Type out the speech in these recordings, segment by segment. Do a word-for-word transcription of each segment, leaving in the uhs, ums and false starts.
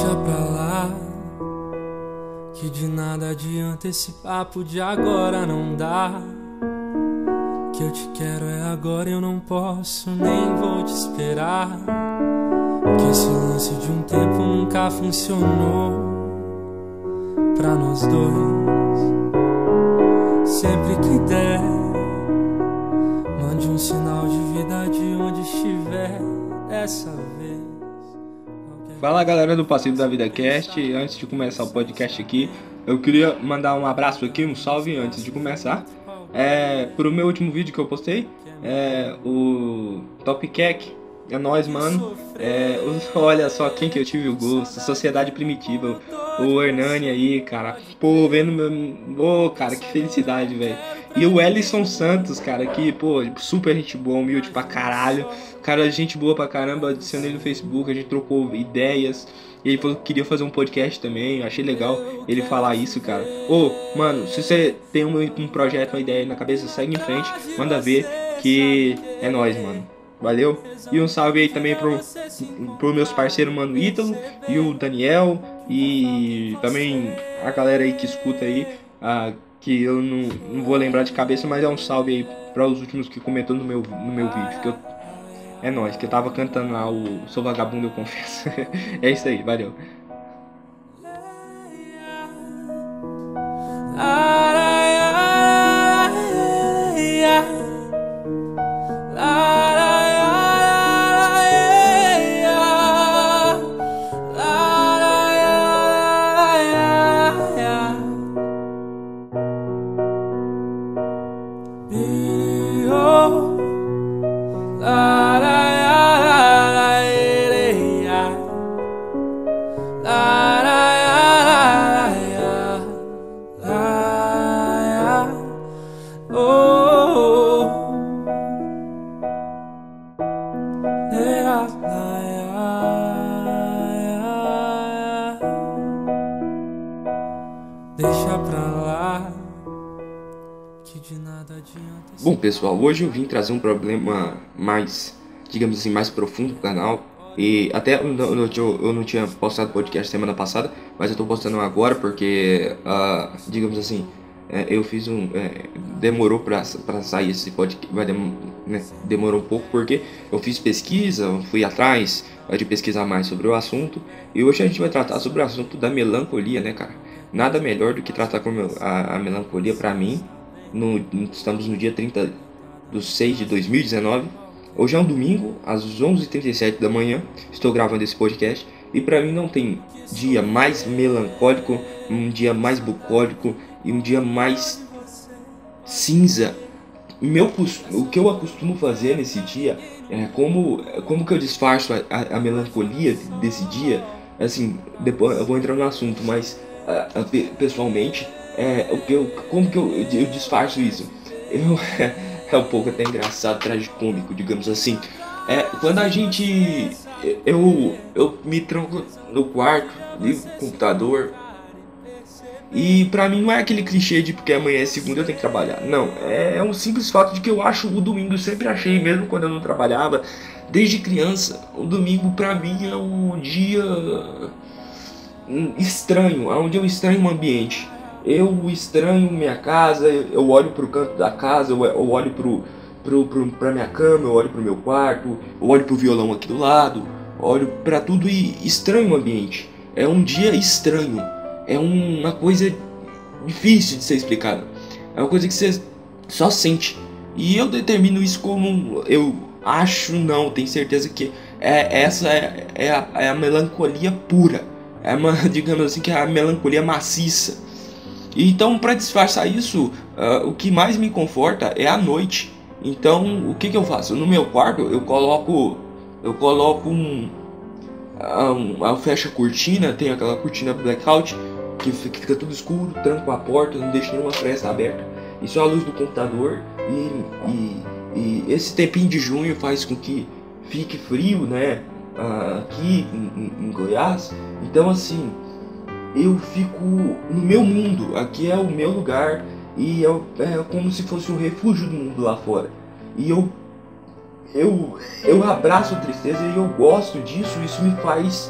Deixa pra lá, que de nada adianta esse papo de agora não dá. Que eu te quero é agora, eu não posso, nem vou te esperar. Que esse lance de um tempo nunca funcionou pra nós dois. Sempre que der, mande um sinal de vida de onde estiver dessa vez. Fala galera do Passivo da Vida Cast, antes de começar o podcast aqui, eu queria mandar um abraço aqui, um salve antes de começar. É, pro meu último vídeo que eu postei, é, o Top Kek, é nóis, mano. É, olha só quem que eu tive o gosto, Sociedade Primitiva, o Hernani aí, cara. Pô, vendo meu. Ô, oh, cara, que felicidade, velho. E o Ellison Santos, cara, que, pô, super gente boa, humilde pra caralho. Cara, gente boa pra caramba, adicionei no Facebook, a gente trocou ideias. E ele falou que queria fazer um podcast também, eu achei legal ele falar isso, cara. Ô, oh, mano, se você tem um, um projeto, uma ideia na cabeça, segue em frente, manda ver que é nóis, mano. Valeu? E um salve aí também pro, pro meus parceiros, mano, Ítalo e o Daniel. E também a galera aí que escuta aí, uh, que eu não, não vou lembrar de cabeça, mas é um salve aí para os últimos que comentou no meu, no meu vídeo, que eu, é nóis, que eu tava cantando lá o Sou Vagabundo, eu confesso. É isso aí, valeu. Deixa pra lá, que de nada adianta. Bom, pessoal, hoje eu vim trazer um problema mais, digamos assim, mais profundo pro canal. E até eu não, eu não tinha postado podcast semana passada, mas eu tô postando agora porque, uh, digamos assim, é, eu fiz um... É, demorou pra, pra sair esse podcast, vai dem, né, demorou um pouco porque eu fiz pesquisa, fui atrás de pesquisar mais sobre o assunto. E hoje a gente vai tratar sobre o assunto da melancolia, né, cara? Nada melhor do que tratar com a, a melancolia pra mim. No, estamos no dia trinta de seis de dois mil e dezenove. Hoje é um domingo, às onze e trinta e sete da manhã. Estou gravando esse podcast. E pra mim não tem dia mais melancólico, um dia mais bucólico e um dia mais cinza. Meu, o que eu acostumo fazer nesse dia é como, como que eu disfarço a, a, a melancolia desse dia. Assim, depois eu vou entrar no assunto, mas uh, uh, pessoalmente, é, o que eu, como que eu, eu disfarço isso? Eu, é um pouco até engraçado, tragicômico, digamos assim. É, quando a gente... Eu, eu me tranco no quarto, ligo o computador. E pra mim não é aquele clichê de porque amanhã é segunda eu tenho que trabalhar. Não, é, é um simples fato de que eu acho o domingo, eu sempre achei, mesmo quando eu não trabalhava, desde criança, o domingo pra mim é um dia estranho, onde eu estranho o ambiente. Eu estranho minha casa, eu olho pro canto da casa, eu olho pro, pro, pro, pra minha cama, eu olho pro meu quarto, eu olho pro violão aqui do lado, olho pra tudo e estranho o ambiente. É um dia estranho, é uma coisa difícil de ser explicada, é uma coisa que você só sente. E eu determino isso como, eu acho não, tenho certeza que é, essa é, é, a, é a melancolia pura, é uma, digamos assim, que é a melancolia maciça. Então, para disfarçar isso, uh, o que mais me conforta é a noite. Então, o que, que eu faço? No meu quarto, eu coloco, eu coloco um, um, eu fecho a cortina, tem aquela cortina blackout que fica tudo escuro, tranco a porta, não deixo nenhuma fresta aberta. E só a luz do computador. E, e, e esse tempinho de junho faz com que fique frio, né? Uh, aqui em, em Goiás. Então, assim, eu fico no meu mundo, aqui é o meu lugar e é, é como se fosse um refúgio do mundo lá fora. E eu, eu, eu abraço a tristeza e eu gosto disso, isso me faz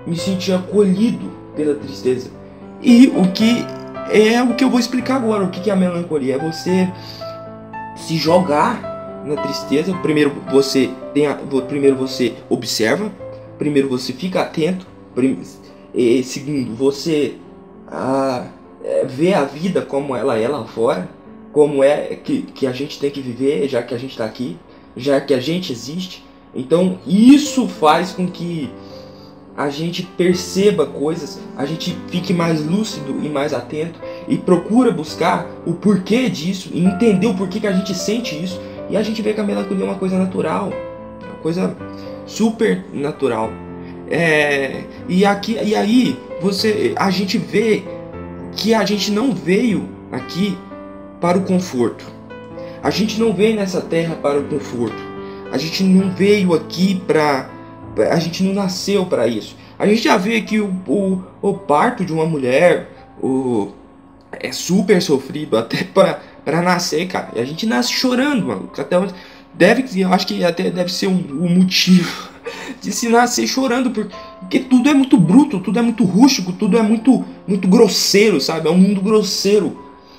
me sentir acolhido pela tristeza. E o que é o que eu vou explicar agora. O que é a melancolia? É você se jogar na tristeza. Primeiro você tem a, primeiro você observa, primeiro você fica atento, prim, e segundo você ah, vê a vida como ela é lá fora, como é que, que a gente tem que viver, já que a gente está aqui, já que a gente existe. Então isso faz com que a gente perceba coisas, a gente fique mais lúcido e mais atento e procura buscar o porquê disso e entender o porquê que a gente sente isso. E a gente vê que a melancolia é uma coisa natural, uma coisa super natural. É, e, aqui, e aí você, a gente vê que a gente não veio aqui para o conforto. A gente não veio nessa terra para o conforto. A gente não veio aqui para... A gente não nasceu para isso. A gente já vê que o, o, o parto de uma mulher o, é super sofrido até para nascer, cara. E a gente nasce chorando, mano. Até deve, eu acho que até deve ser um, um motivo de se nascer chorando, porque tudo é muito bruto, tudo é muito rústico, tudo é muito, muito grosseiro, sabe? É um mundo grosseiro.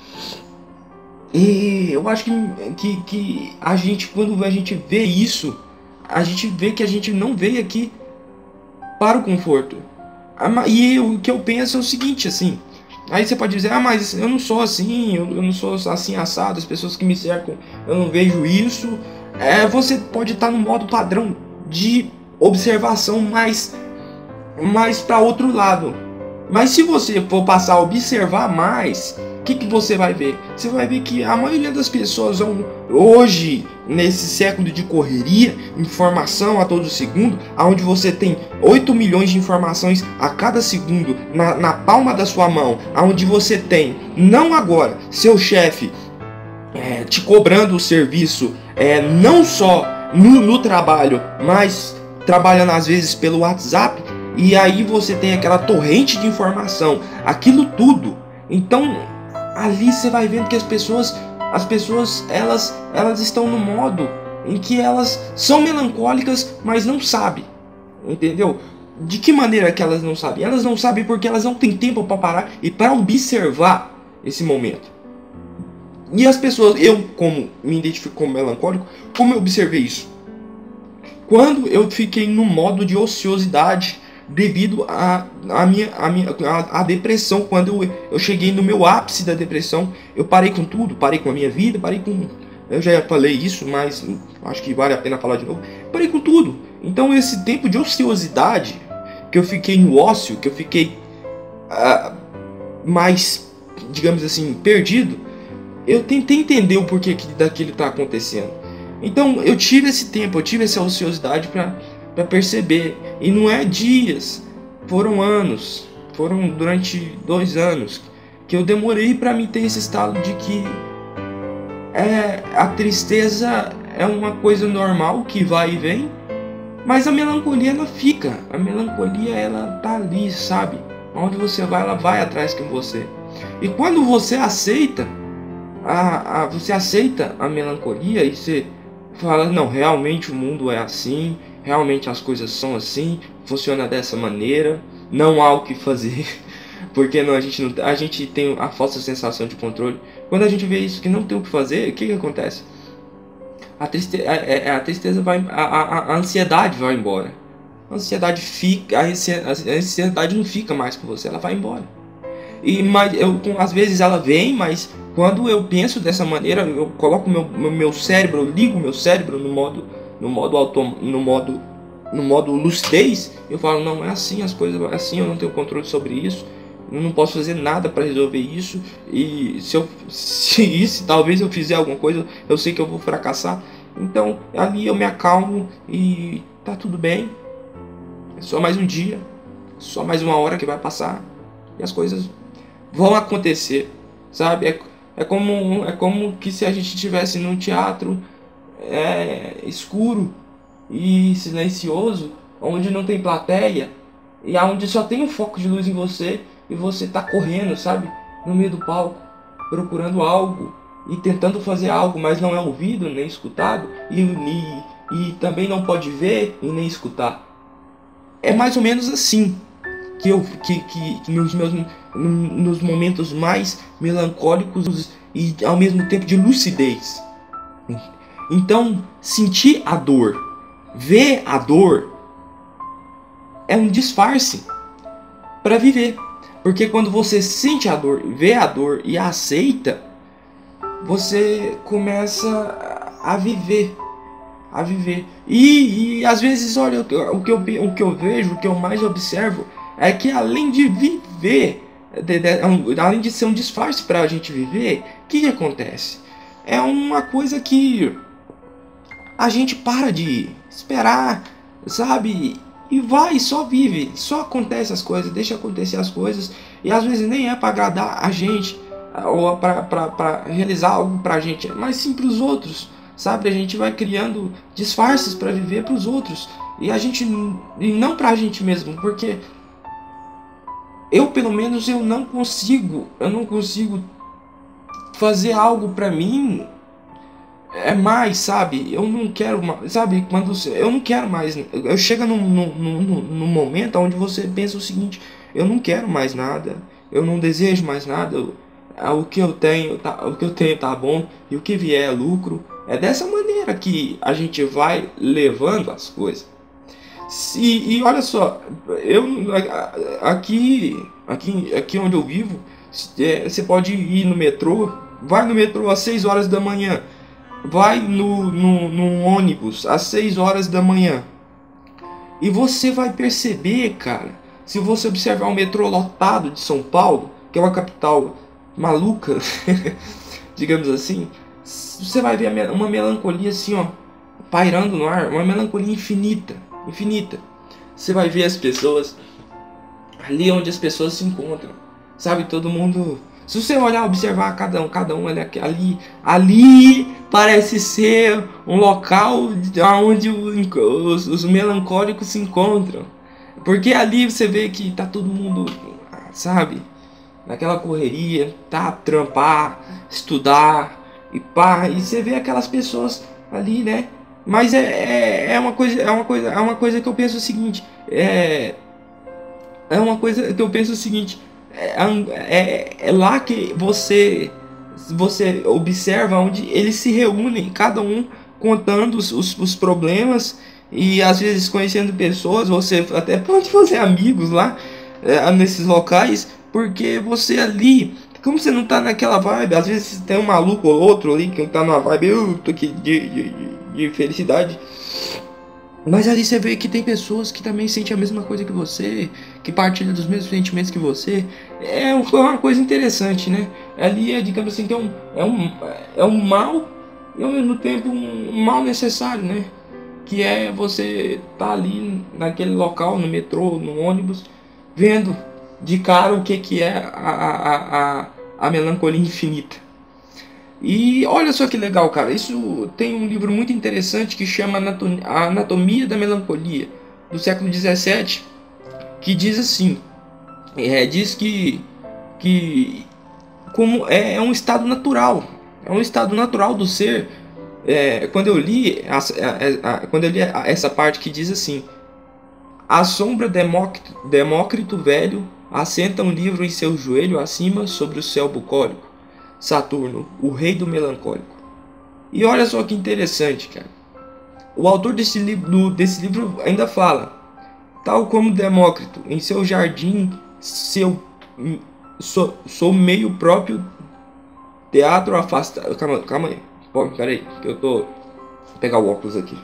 E eu acho que, que, que a gente, quando a gente vê isso, a gente vê que a gente não veio aqui para o conforto. E o que eu penso é o seguinte, assim. Aí você pode dizer, ah, mas eu não sou assim, eu não sou assim assado, as pessoas que me cercam, eu não vejo isso. É, você pode estar no modo padrão de observação mais, mais para outro lado. Mas se você for passar a observar mais, o que, que você vai ver? Você vai ver que a maioria das pessoas vão, hoje, nesse século de correria, informação a todo segundo, onde você tem oito milhões de informações a cada segundo na, na palma da sua mão, onde você tem, não agora, seu chefe é, te cobrando o serviço, é, não só no, no trabalho, mas trabalhando às vezes pelo WhatsApp, e aí você tem aquela torrente de informação, aquilo tudo. Então ali você vai vendo que as pessoas, as pessoas elas, elas estão no modo em que elas são melancólicas, mas não sabem, entendeu? De que maneira que elas não sabem? Elas não sabem porque elas não têm tempo para parar e para observar esse momento. E as pessoas, eu como me identifico como melancólico, como eu observei isso? Quando eu fiquei no modo de ociosidade, devido a, a minha, a minha a, a depressão, quando eu, eu cheguei no meu ápice da depressão, eu parei com tudo, parei com a minha vida, parei com... Eu já falei isso, mas acho que vale a pena falar de novo. Parei com tudo. Então esse tempo de ociosidade, que eu fiquei no ócio, que eu fiquei uh, mais, digamos assim, perdido, eu tentei entender o porquê que daquilo está acontecendo. Então eu tive esse tempo, eu tive essa ociosidade para para perceber. E não é dias, foram anos, foram durante dois anos que eu demorei para me ter esse estado de que é, a tristeza é uma coisa normal que vai e vem, mas a melancolia ela fica, a melancolia ela tá ali, sabe? Onde você vai, ela vai atrás com você. E quando você aceita a, a, você aceita a melancolia e você fala, não, realmente o mundo é assim, realmente as coisas são assim, funciona dessa maneira, não há o que fazer, porque não, a, gente não, a gente tem a falsa sensação de controle. Quando a gente vê isso, que não tem o que fazer, o que, que acontece? A tristeza, a, a tristeza vai, a, a, a ansiedade vai embora. A ansiedade fica, a ansiedade não fica mais com você, ela vai embora. E mas eu, às vezes ela vem, mas quando eu penso dessa maneira, eu coloco meu meu, meu cérebro, eu ligo meu cérebro no modo no modo autom, no modo no modo lucidez, eu falo, não é assim, as coisas é assim, eu não tenho controle sobre isso, eu não posso fazer nada para resolver isso, e se eu se isso, talvez eu fizer alguma coisa, eu sei que eu vou fracassar. Então ali eu me acalmo e tá tudo bem. É só mais um dia, só mais uma hora que vai passar e as coisas vão acontecer, sabe? É, é como é como que se a gente estivesse num teatro é, escuro e silencioso, onde não tem plateia e onde só tem um foco de luz em você e você tá correndo, sabe? No meio do palco, procurando algo e tentando fazer algo, mas não é ouvido nem escutado e, e, e também não pode ver e nem escutar. É mais ou menos assim. que eu que, que, que nos meus nos momentos mais melancólicos e ao mesmo tempo de lucidez. Então, sentir a dor, ver a dor, é um disfarce para viver. Porque quando você sente a dor, vê a dor e a aceita, você começa a viver. A viver. E, e às vezes, olha, o que, eu, o que eu vejo, o que eu mais observo, é que além de viver, de, de, além de ser um disfarce para a gente viver, o que, que acontece? É uma coisa que a gente para de esperar, sabe? E vai, só vive, só acontece as coisas, deixa acontecer as coisas. E às vezes nem é para agradar a gente, ou para realizar algo pra gente, mas sim pros outros, sabe? A gente vai criando disfarces para viver pros outros. E a gente, e não pra gente mesmo, porque eu, pelo menos, eu não consigo, eu não consigo fazer algo pra mim é mais, sabe? Eu não quero mais, sabe? Quando eu não quero mais, eu chego num, num, num, num momento onde você pensa o seguinte: eu não quero mais nada, eu não desejo mais nada, eu, o que eu tenho tá, o que eu tenho tá bom e o que vier é lucro. É dessa maneira que a gente vai levando as coisas. E, e olha só, eu aqui, aqui, aqui onde eu vivo, você pode ir no metrô, vai no metrô às seis horas da manhã, vai no, no, no ônibus às seis horas da manhã, e você vai perceber, cara, se você observar o metrô lotado de São Paulo, que é uma capital maluca, digamos assim, você vai ver uma melancolia assim, ó, pairando no ar, uma melancolia infinita, infinita. Você vai ver as pessoas ali onde as pessoas se encontram, sabe? Todo mundo, se você olhar, observar cada um, cada um ali, ali, ali parece ser um local onde os, os melancólicos se encontram, porque ali você vê que tá todo mundo, sabe, naquela correria, tá, trampar, estudar e pá, e você vê aquelas pessoas ali, né? Mas é, é, é uma coisa, é uma coisa, é uma coisa que eu penso o seguinte, é, é uma coisa que eu penso o seguinte, é, é, é lá que você, você observa onde eles se reúnem, cada um contando os, os, os problemas e às vezes conhecendo pessoas. Você até pode fazer amigos lá, é, nesses locais, porque você ali, como você não tá naquela vibe, às vezes tem um maluco ou outro ali que tá numa vibe eu tô aqui de, de, de felicidade, mas ali você vê que tem pessoas que também sentem a mesma coisa que você, que partilham dos mesmos sentimentos que você. É uma coisa interessante, né? Ali é, digamos assim, que é um, é um, é um mal e ao mesmo tempo um mal necessário, né? Que é você tá ali naquele local, no metrô, no ônibus, vendo de cara o que, que é a, a, a, a melancolia infinita. E olha só que legal, cara, isso tem um livro muito interessante que chama A Anatomia da Melancolia, do século dezessete, que diz assim, é, diz que, que como é, é um estado natural, é um estado natural do ser. É, quando eu li, a, a, a, quando eu li essa parte que diz assim: a sombra Demócrito, Demócrito velho assenta um livro em seu joelho acima sobre o céu bucólico, Saturno, o rei do melancólico. E olha só que interessante, cara. O autor desse livro, desse livro ainda fala: tal como Demócrito, em seu jardim, seu, sou, sou meio próprio teatro afastado. Calma, calma aí. Pô, peraí, que eu tô. Vou pegar o óculos aqui.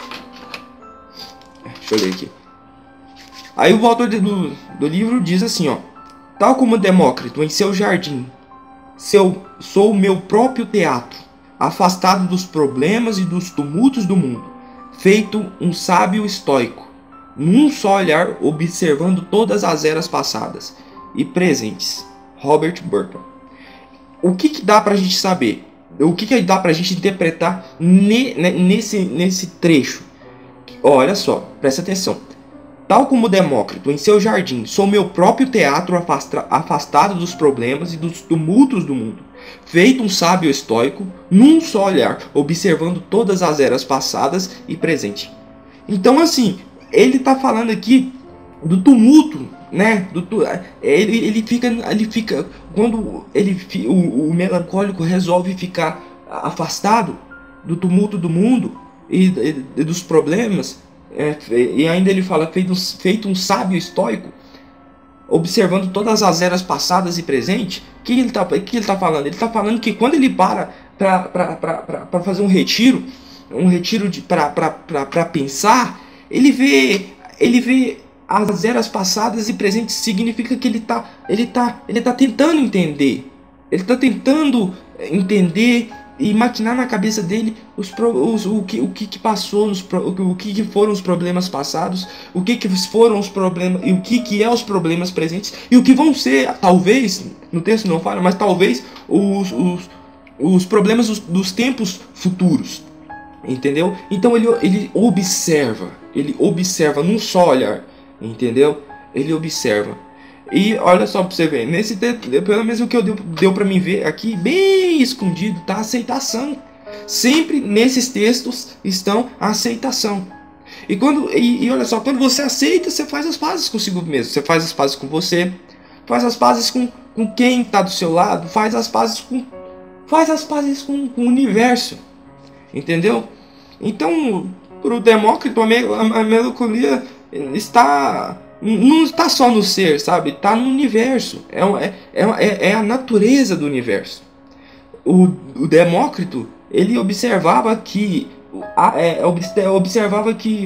Deixa eu ler aqui. Aí o autor do, do livro diz assim, ó: tal como Demócrito, em seu jardim, seu, sou o meu próprio teatro, afastado dos problemas e dos tumultos do mundo, feito um sábio estoico, num só olhar observando todas as eras passadas e presentes. Robert Burton. O que, que dá pra gente saber? O que, que dá pra gente interpretar ne, ne, nesse, nesse trecho? Olha só, presta atenção. Tal como Demócrito, em seu jardim, sou meu próprio teatro afasta, afastado dos problemas e dos tumultos do mundo, feito um sábio estoico, num só olhar, observando todas as eras passadas e presente. Então, assim, ele está falando aqui do tumulto, né? Do, ele, ele fica, ele fica quando ele, o, o melancólico resolve ficar afastado do tumulto do mundo e, e, e dos problemas, é, e ainda ele fala feito, feito um sábio estoico, observando todas as eras passadas e presentes. O que ele está que ele tá falando? Ele está falando que quando ele para para fazer um retiro, um retiro para pensar, ele vê, ele vê as eras passadas e presentes. Significa que ele está ele tá, ele tá tentando entender. Ele está tentando entender e maquinar na cabeça dele os, os, o, que, o que, que passou, nos, o que, que foram os problemas passados, o que, que foram os problemas, e o que, que é os problemas presentes, e o que vão ser, talvez, no texto não fala, mas talvez os, os, os problemas dos, dos tempos futuros. Entendeu? Então ele, ele observa, ele observa num só olhar, entendeu? Ele observa. E olha só pra você ver, nesse texto, pelo menos o que eu deu, deu pra mim ver aqui, bem escondido, tá a aceitação. Sempre nesses textos estão a aceitação. E, quando, e, e olha só, quando você aceita, você faz as pazes consigo mesmo. Você faz as pazes com você, faz as pazes com, com quem tá do seu lado, faz as pazes com, faz as pazes com, com o universo. Entendeu? Então, para o Demócrito, a melancolia está, não está só no ser, sabe? Está no universo. É, é, é, é a natureza do universo. O, o Demócrito, ele observava que, a, é, observava que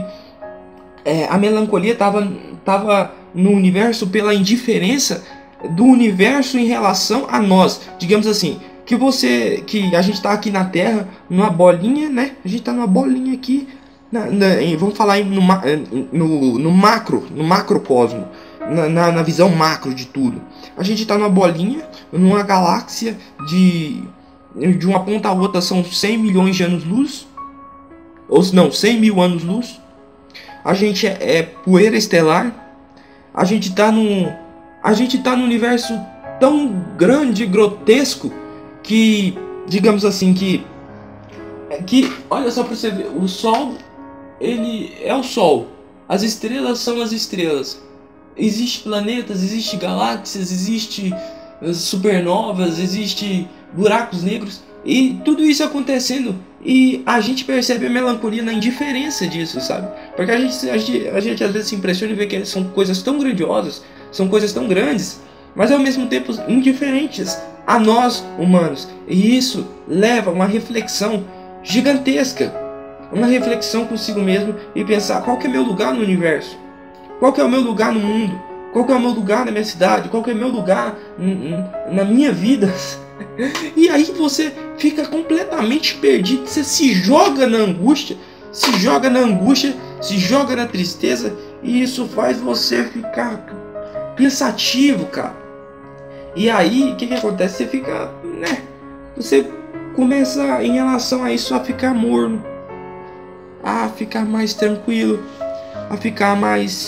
é, a melancolia estava tava no universo pela indiferença do universo em relação a nós. Digamos assim, que você, que a gente está aqui na Terra, numa bolinha, né? A gente está numa bolinha aqui, na, na, vamos falar no, no, no macro, no macrocosmo, na, na, na visão macro de tudo. A gente está numa bolinha, numa galáxia de, de uma ponta a outra são cem milhões de anos-luz, ou não, cem mil anos-luz. A gente é, é poeira estelar. A gente está num, a gente está num universo tão grande e grotesco que, digamos assim, que, que olha só para você ver, o Sol, ele é o Sol, as estrelas são as estrelas, existem planetas, existem galáxias, existem supernovas, existem buracos negros, e tudo isso acontecendo, e a gente percebe a melancolia na indiferença disso, sabe? Porque a gente, a gente, a gente às vezes se impressiona e vê que são coisas tão grandiosas, são coisas tão grandes, mas ao mesmo tempo indiferentes a nós humanos. E isso leva a uma reflexão gigantesca, uma reflexão consigo mesmo e pensar: qual que é meu lugar no universo? Qual que é o meu lugar no mundo? Qual que é o meu lugar na minha cidade? Qual que é o meu lugar na minha vida? E aí você fica completamente perdido, você se joga na angústia, se joga na angústia, se joga na tristeza, e isso faz você ficar pensativo, cara. E aí, o que que acontece? Você fica, né? Você começa, em relação a isso, a ficar morno, a ficar mais tranquilo, a ficar mais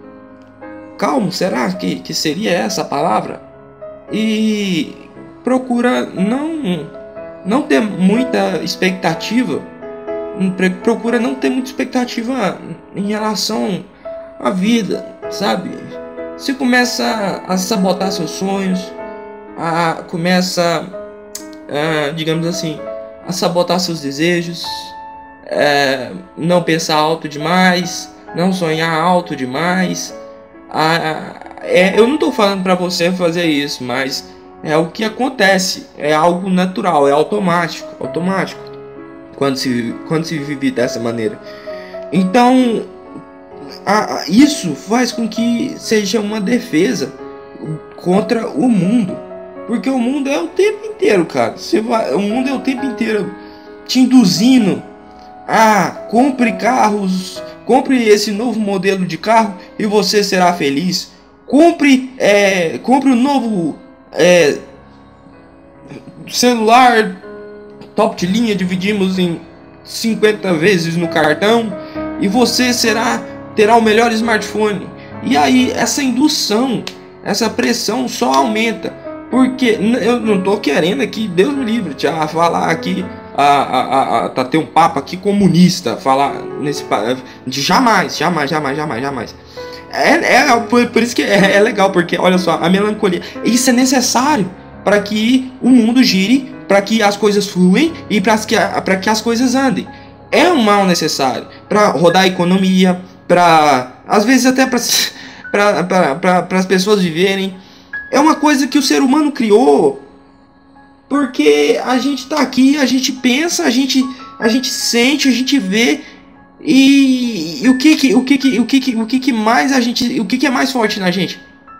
calmo. Será que, que seria essa a palavra? E procura não, não ter muita expectativa, procura não ter muita expectativa em relação à vida, sabe? Você começa a sabotar seus sonhos, a, começa, a, digamos assim, a sabotar seus desejos, é, não pensar alto demais, não sonhar alto demais. A, é, eu não estou falando para você fazer isso, mas é o que acontece, é algo natural, é automático, automático quando se, quando se vive dessa maneira. Então, a, isso faz com que seja uma defesa contra o mundo, porque o mundo é o tempo inteiro, cara. Você vai, o mundo é o tempo inteiro te induzindo a compre carros, compre esse novo modelo de carro e você será feliz. Compre, é, compre um novo é, celular top de linha, dividimos em cinquenta vezes no cartão e você será terá o melhor smartphone. E aí essa indução, essa pressão só aumenta, porque eu não tô querendo aqui, Deus me livre, já falar aqui a, a, a, a tá ter um papo aqui comunista, falar nesse de jamais, jamais, jamais, jamais, jamais. É, é por, por isso que é, é legal, porque olha só, a melancolia, isso é necessário para que o mundo gire, para que as coisas fluem e para que, para que as coisas andem. É um mal necessário para rodar a economia, para às vezes até para as pessoas viverem. É uma coisa que o ser humano criou, porque a gente tá aqui, a gente pensa, a gente, a gente sente, a gente vê. E, e o que que o que que o que que o que que mais a gente, o que que é mais forte na gente?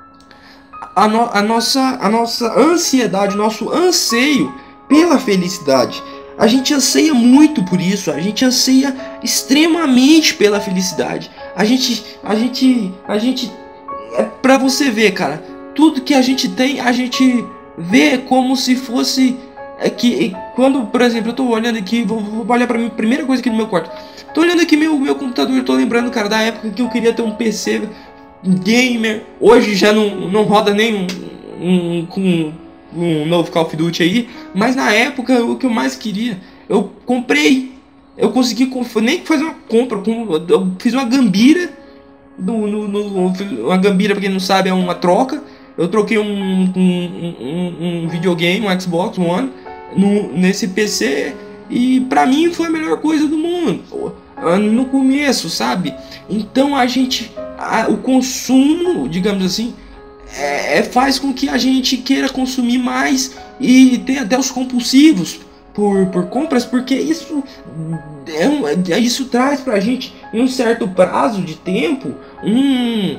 A, no, a nossa a nossa ansiedade, nosso anseio pela felicidade. A gente anseia muito por isso, a gente anseia extremamente pela felicidade. A gente a gente a gente é para você ver, cara, tudo que a gente tem, a gente vê como se fosse é que quando, por exemplo, eu tô olhando aqui, vou, vou olhar para mim, primeira coisa aqui no meu quarto. Tô olhando aqui meu, meu computador, tô lembrando, cara, da época que eu queria ter um P C gamer. Hoje já não, não roda nem um, um, um, um novo Call of Duty aí. Mas na época, o que eu mais queria, eu comprei. Eu consegui, nem fazer uma compra, eu fiz uma gambira. No, no, no, uma gambira, pra quem não sabe, é uma troca. Eu troquei um, um, um, um videogame, um Xbox One, no, nesse P C. E pra mim foi a melhor coisa do mundo no começo, sabe? Então a gente, a, o consumo, digamos assim, é, é, faz com que a gente queira consumir mais e tem até os compulsivos por, por compras, porque isso é um, é, isso traz pra gente, em um certo prazo de tempo, um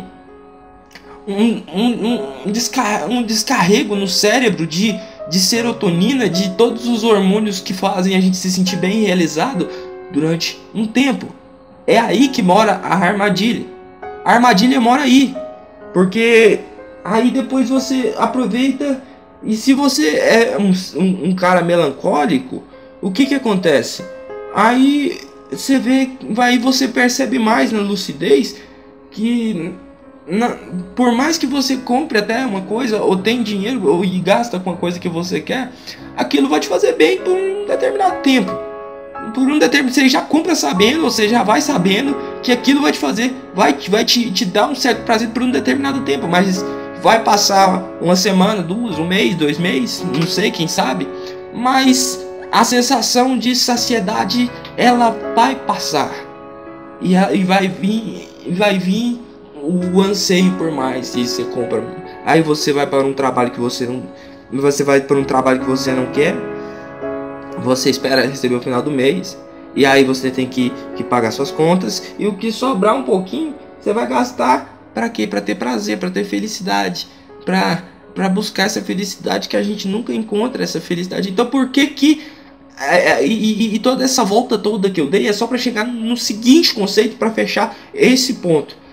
um, um, um, descar, um descarrego no cérebro de de serotonina, de todos os hormônios que fazem a gente se sentir bem realizado durante um tempo. É aí que mora a armadilha. A armadilha mora aí, porque aí depois você aproveita, e se você é um, um, um cara melancólico, o que que acontece? Aí você vê, aí você percebe mais na lucidez que Na, por mais que você compre até uma coisa, ou tem dinheiro, ou e gasta com a coisa que você quer, aquilo vai te fazer bem por um determinado tempo. Por um determinado, você já compra sabendo, ou você já vai sabendo que aquilo vai te fazer, vai, vai te, te dar um certo prazer por um determinado tempo, mas vai passar uma semana, duas, um mês, dois meses, não sei, quem sabe, mas a sensação de saciedade, ela vai passar, e, e vai vir, vai vir o anseio por mais, e você compra. Aí você vai para um trabalho que você não, você vai para um trabalho que você não quer. Você espera receber o final do mês, e aí você tem que, que pagar suas contas, e o que sobrar um pouquinho, você vai gastar para quê? Para ter prazer, para ter felicidade, para para buscar essa felicidade que a gente nunca encontra, essa felicidade. Então por que que é, e, e, e toda essa volta toda que eu dei é só para chegar no seguinte conceito, para fechar esse ponto.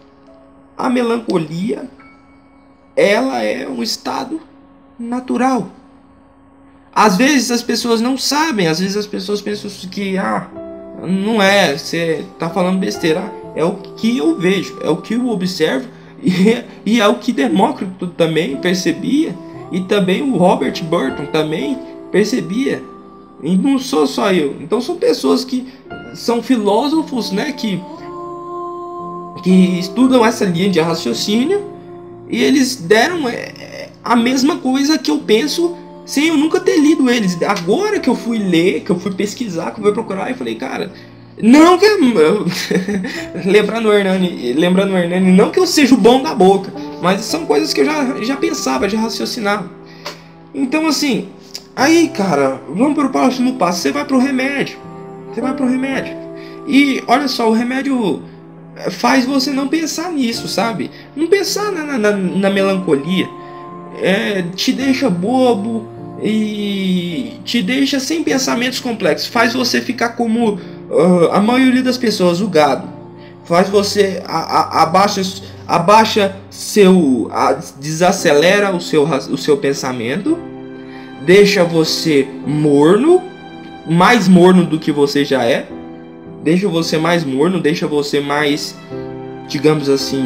A melancolia, ela é um estado natural. Às vezes as pessoas não sabem, às vezes as pessoas pensam que ah, não é, você tá falando besteira. É o que eu vejo, é o que eu observo, e, e é o que Demócrito também percebia, e também o Robert Burton também percebia. E não sou só eu. Então são pessoas que são filósofos, né, que que estudam essa linha de raciocínio, e eles deram a mesma coisa que eu penso sem eu nunca ter lido eles. Agora que eu fui ler, que eu fui pesquisar, que eu fui procurar, e falei, cara, não que lembrando o Hernani, lembrando o Hernani, não que eu seja o bom da boca, mas são coisas que eu já, já pensava, já raciocinava. Então assim, aí cara, vamos pro próximo passo. Você vai pro remédio, você vai pro remédio, e olha só, o remédio faz você não pensar nisso, sabe? Não pensar na, na, na melancolia. É, te deixa bobo e te deixa sem pensamentos complexos. Faz você ficar como uh, a maioria das pessoas, o gado. Faz você a, a, abaixa, abaixa seu, a, desacelera o seu, o seu pensamento, deixa você morno, mais morno do que você já é. Deixa você mais morno, deixa você mais, digamos assim,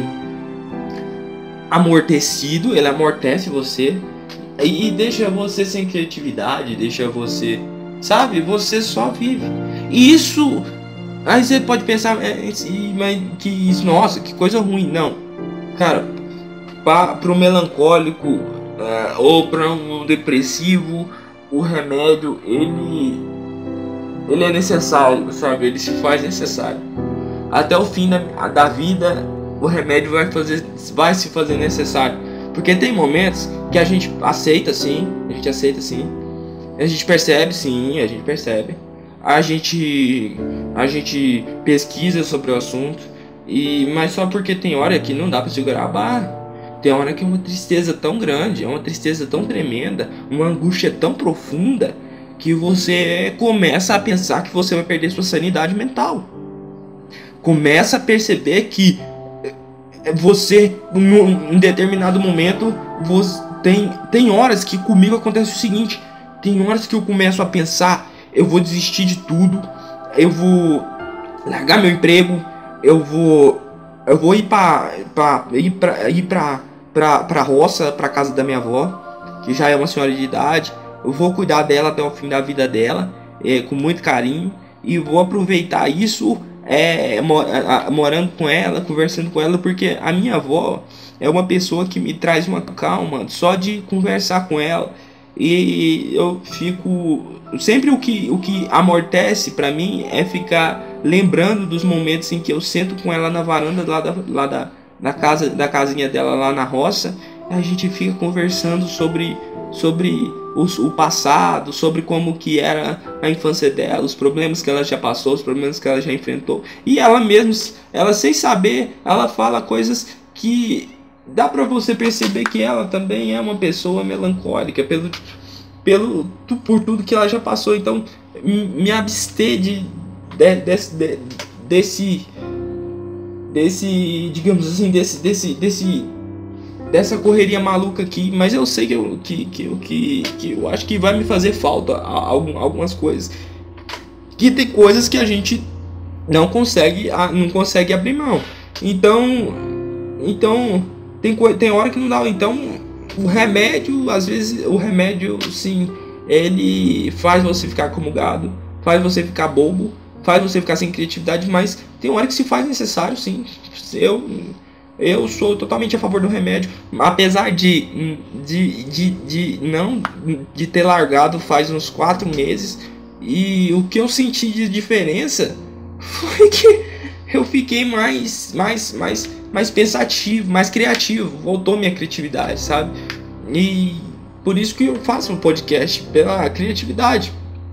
amortecido. Ele amortece você e, e deixa você sem criatividade, deixa você, sabe, você só vive. E isso, aí você pode pensar é, que isso, nossa, que coisa ruim. Não, Cara, para o melancólico uh, ou para um depressivo, o remédio ele, ele é necessário, sabe? Ele se faz necessário. Até o fim da, da vida, o remédio vai, fazer, vai se fazer necessário. Porque tem momentos que a gente aceita sim, a gente aceita sim, a gente percebe sim, a gente percebe. A gente, a gente pesquisa sobre o assunto, e, mas só porque tem hora que não dá para segurar a barra. Tem hora que é uma tristeza tão grande, é uma tristeza tão tremenda, uma angústia tão profunda, que você começa a pensar que você vai perder sua sanidade mental. Começa a perceber que você, em determinado momento, você, tem, tem horas que comigo acontece o seguinte, tem horas que eu começo a pensar, eu vou desistir de tudo, eu vou largar meu emprego, eu vou, eu vou ir para ir para ir para Pra, pra roça, pra casa da minha avó, que já é uma senhora de idade. Eu vou cuidar dela até o fim da vida dela, é, com muito carinho, e vou aproveitar isso é, morando com ela, conversando com ela, porque a minha avó é uma pessoa que me traz uma calma só de conversar com ela. E eu fico sempre o que, o que amortece pra mim é ficar lembrando dos momentos em que eu sento com ela na varanda lá da, lá da na casa da casinha dela lá na roça, a gente fica conversando sobre sobre o, o passado, sobre como que era a infância dela, os problemas que ela já passou, os problemas que ela já enfrentou, e ela mesmo, ela sem saber, ela fala coisas que dá para você perceber que ela também é uma pessoa melancólica pelo pelo por tudo que ela já passou. Então me abster de, de, de, de desse desse, digamos assim, desse, desse, desse, dessa correria maluca aqui, mas eu sei que eu, que, que, que, que eu acho que vai me fazer falta algumas coisas, que tem coisas que a gente não consegue, não consegue abrir mão, então, então tem, tem hora que não dá, então o remédio, às vezes o remédio sim, ele faz você ficar como gado, faz você ficar bobo, faz você ficar sem criatividade, mas tem hora que se faz necessário, sim. Eu, eu sou totalmente a favor do remédio, apesar de, de, de, de não de ter largado faz uns quatro meses, e o que eu senti de diferença foi que eu fiquei mais, mais, mais, mais pensativo, mais criativo, voltou minha criatividade, sabe? E por isso que eu faço um podcast, pela criatividade.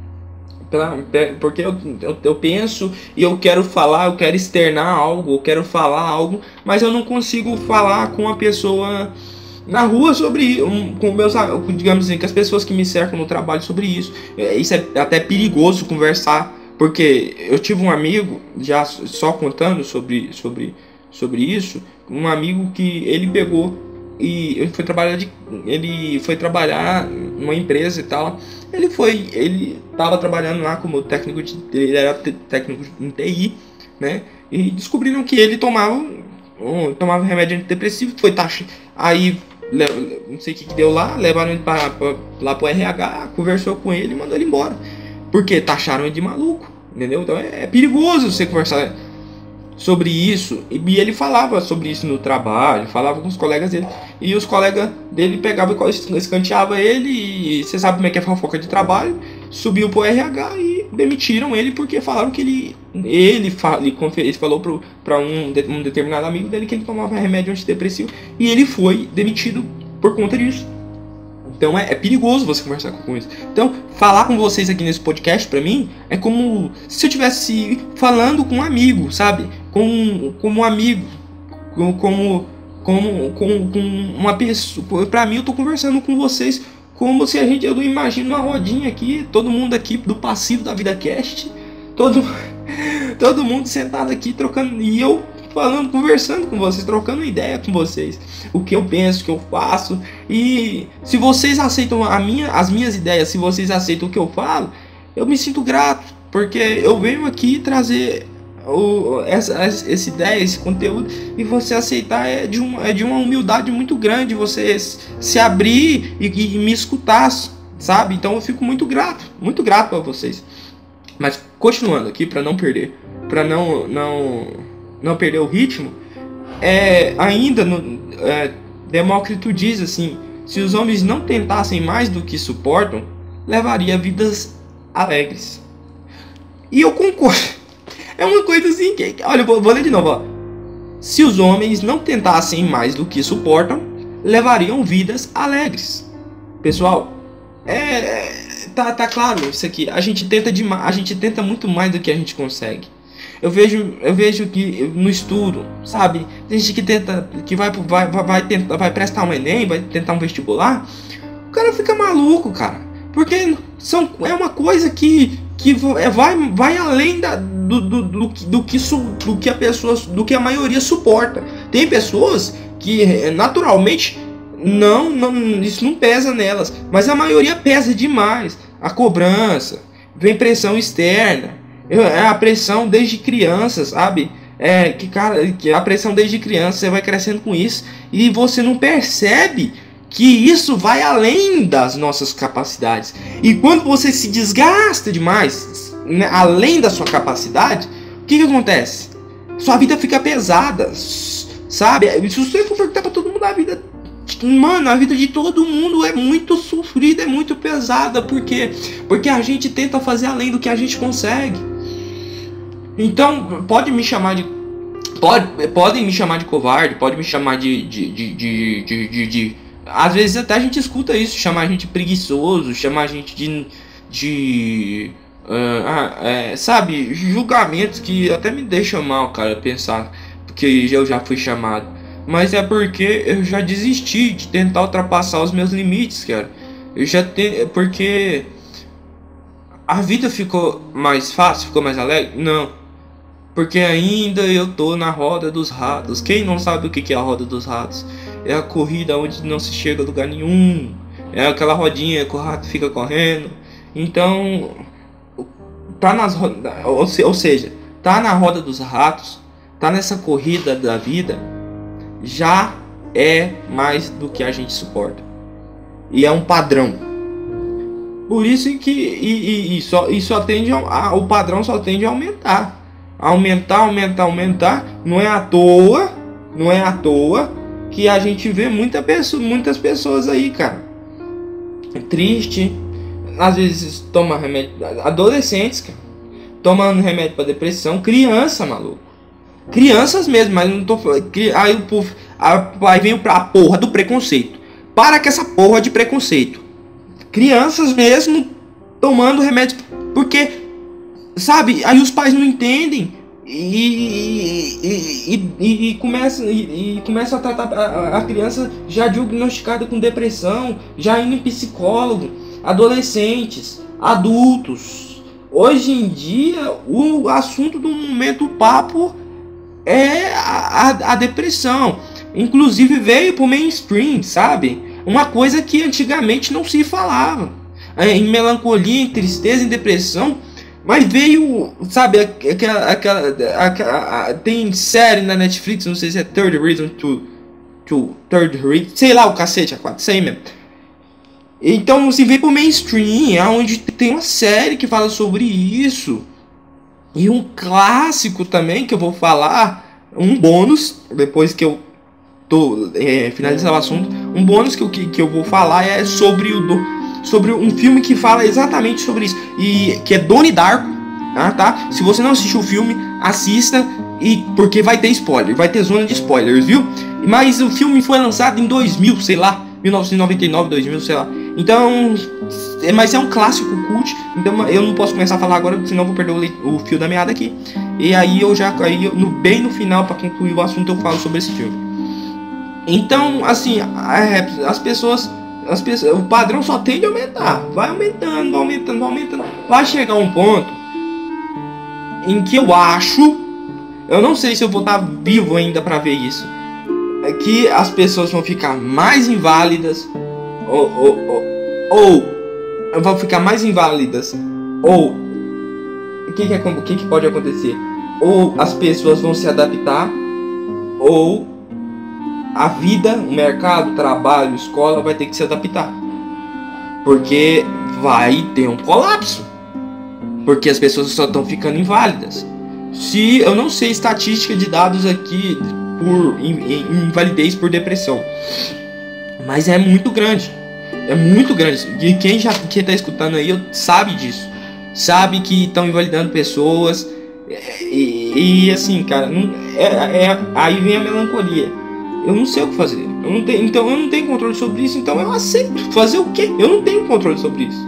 Porque eu, eu, eu penso e eu quero falar, eu quero externar algo, eu quero falar algo, mas eu não consigo falar com a pessoa na rua sobre, um, com meus, digamos assim, com as pessoas que me cercam no trabalho sobre isso. Isso é até perigoso conversar, porque eu tive um amigo, já só contando sobre, sobre, sobre isso, um amigo que ele pegou e ele foi trabalhar de, ele foi trabalhar numa empresa e tal. Ele foi, ele estava trabalhando lá como técnico de, ele era técnico em T I, né? E descobriram que ele tomava, um, tomava remédio antidepressivo, foi taxa, aí não sei o que, que deu lá, levaram ele para lá pro R H, conversou com ele e mandou ele embora, porque taxaram ele de maluco, entendeu? Então é, é perigoso você conversar sobre isso, e ele falava sobre isso no trabalho, falava com os colegas dele, e os colegas dele pegavam e escanteavam ele, e você sabe como é que é fofoca de trabalho, subiu pro R H e demitiram ele, porque falaram que ele, ele, ele falou para um, um determinado amigo dele que ele tomava remédio antidepressivo, e ele foi demitido por conta disso. Então é, é perigoso você conversar com isso. Então, falar com vocês aqui nesse podcast, pra mim, é como se eu estivesse falando com um amigo, sabe? Com, como um amigo, como, como, como, com, com uma pessoa. Pra mim, eu tô conversando com vocês como se a gente, eu imagino uma rodinha aqui, todo mundo aqui do passivo da VidaCast, todo, todo mundo sentado aqui trocando, e eu falando, conversando com vocês, trocando ideia com vocês, o que eu penso, o que eu faço. E se vocês aceitam a minha, as minhas ideias, se vocês aceitam o que eu falo, eu me sinto grato, porque eu venho aqui trazer o, essa, essa ideia, esse conteúdo, e você aceitar é de, um, é de uma humildade muito grande, você se abrir e, e me escutar, sabe? Então eu fico muito grato, muito grato a vocês. Mas continuando aqui, para não perder, para não, não, não perder o ritmo, é, ainda no, é, Demócrito diz assim: se os homens não tentassem mais do que suportam, levaria vidas alegres. E eu concordo. É uma coisa assim que, olha, eu vou, vou ler de novo, ó. Se os homens não tentassem mais do que suportam, levariam vidas alegres. Pessoal, é, tá, tá claro isso aqui. A gente tenta demais, a gente tenta muito mais do que a gente consegue. Eu vejo, eu vejo que no estudo, sabe, tem gente que tenta, que vai, vai, vai, vai, tentar, vai prestar um Enem, vai tentar um vestibular, o cara fica maluco, cara, porque são, é uma coisa que, que vai, vai além da, do, do, do, do, que, do que a pessoa, do que a maioria suporta. Tem pessoas que naturalmente não, não, isso não pesa nelas, mas a maioria pesa demais. A cobrança, vem pressão externa. É a pressão desde criança, sabe? É que, cara, que a pressão desde criança, você vai crescendo com isso e você não percebe que isso vai além das nossas capacidades. E quando você se desgasta demais, né, além da sua capacidade, o que que acontece? Sua vida fica pesada, sabe? Se você for perguntar pra todo mundo, a vida, mano, a vida de todo mundo é muito sofrida, é muito pesada. Por quê? Porque a gente tenta fazer além do que a gente consegue. Então, pode me chamar de... Pode, podem me chamar de covarde, pode me chamar de de, de, de, de, de, de... Às vezes até a gente escuta isso, chamar a gente preguiçoso, chamar a gente de... de uh, é, sabe, julgamentos que até me deixam mal, cara, pensar que eu já fui chamado. Mas é porque eu já desisti de tentar ultrapassar os meus limites, cara. Eu já tenho... Porque... A vida ficou mais fácil, ficou mais alegre? Não. Porque ainda eu tô na roda dos ratos. Quem não sabe o que é a roda dos ratos? É a corrida onde não se chega a lugar nenhum. É aquela rodinha que o rato fica correndo. Então, tá nas rodas, ou seja, tá na roda dos ratos, tá nessa corrida da vida, já é mais do que a gente suporta. E é um padrão. Por isso que e, e, e só, e só tende a, a, o padrão só tende a aumentar. Aumentar, aumentar, aumentar. Não é à toa, não é à toa que a gente vê muita pessoa, muitas pessoas aí, cara, triste, às vezes toma remédio, adolescentes, cara, tomando remédio para depressão, criança, maluco, crianças mesmo, mas não tô falando, aí o povo, aí vem a porra do preconceito. Para com essa porra de preconceito. Crianças mesmo tomando remédio, porque, sabe, aí os pais não entendem e, e, e, e começam e, e começa a tratar a, a criança já diagnosticada com depressão, já indo em psicólogo, adolescentes, adultos. Hoje em dia, o assunto do momento, o papo é a, a, a depressão. Inclusive veio pro mainstream, sabe? Uma coisa que antigamente não se falava. Em melancolia, em tristeza, em depressão. Mas veio, sabe, aquela, aquela, aquela, tem série na Netflix, não sei se é Third Reason to, to Third Reason, sei lá o cacete, é quatro, sei mesmo. Então, assim, veio pro mainstream, é onde tem uma série que fala sobre isso. E um clássico também, que eu vou falar, um bônus, depois que eu tô, é, finalizar o assunto, um bônus que eu, que, que eu vou falar é sobre o... Do, sobre um filme que fala exatamente sobre isso, e que é Donnie Darko, ah, tá? Se você não assistiu o filme, assista, e porque vai ter spoiler, vai ter zona de spoilers, viu? Mas o filme foi lançado em dois mil, sei lá, mil novecentos e noventa e nove, dois mil, sei lá. Então, é, mas é um clássico cult, então eu não posso começar a falar agora, senão eu vou perder o, o fio da meada aqui. E aí eu já, aí eu, no, bem no final, para concluir o assunto, eu falo sobre esse filme. Então, assim, é, as pessoas... As pessoas, o padrão só tende a aumentar, vai aumentando, vai aumentando, vai aumentando. Vai chegar um ponto em que eu acho, eu não sei se eu vou estar vivo ainda para ver isso, é que as pessoas vão ficar mais inválidas, ou, ou, ou, ou vão ficar mais inválidas, ou o que, que, é, o que, que pode acontecer? Ou as pessoas vão se adaptar, ou a vida, o mercado, o trabalho, a escola vai ter que se adaptar. Porque vai ter um colapso. Porque as pessoas só estão ficando inválidas. Se eu não sei estatística de dados aqui, por invalidez por depressão. Mas é muito grande. É muito grande. E quem já quem tá escutando aí sabe disso. Sabe que estão invalidando pessoas. E, e assim, cara, não, é, é, aí vem a melancolia. Eu não sei o que fazer. Eu não tenho, então eu não tenho controle sobre isso. Então eu aceito. Fazer o quê? Eu não tenho controle sobre isso.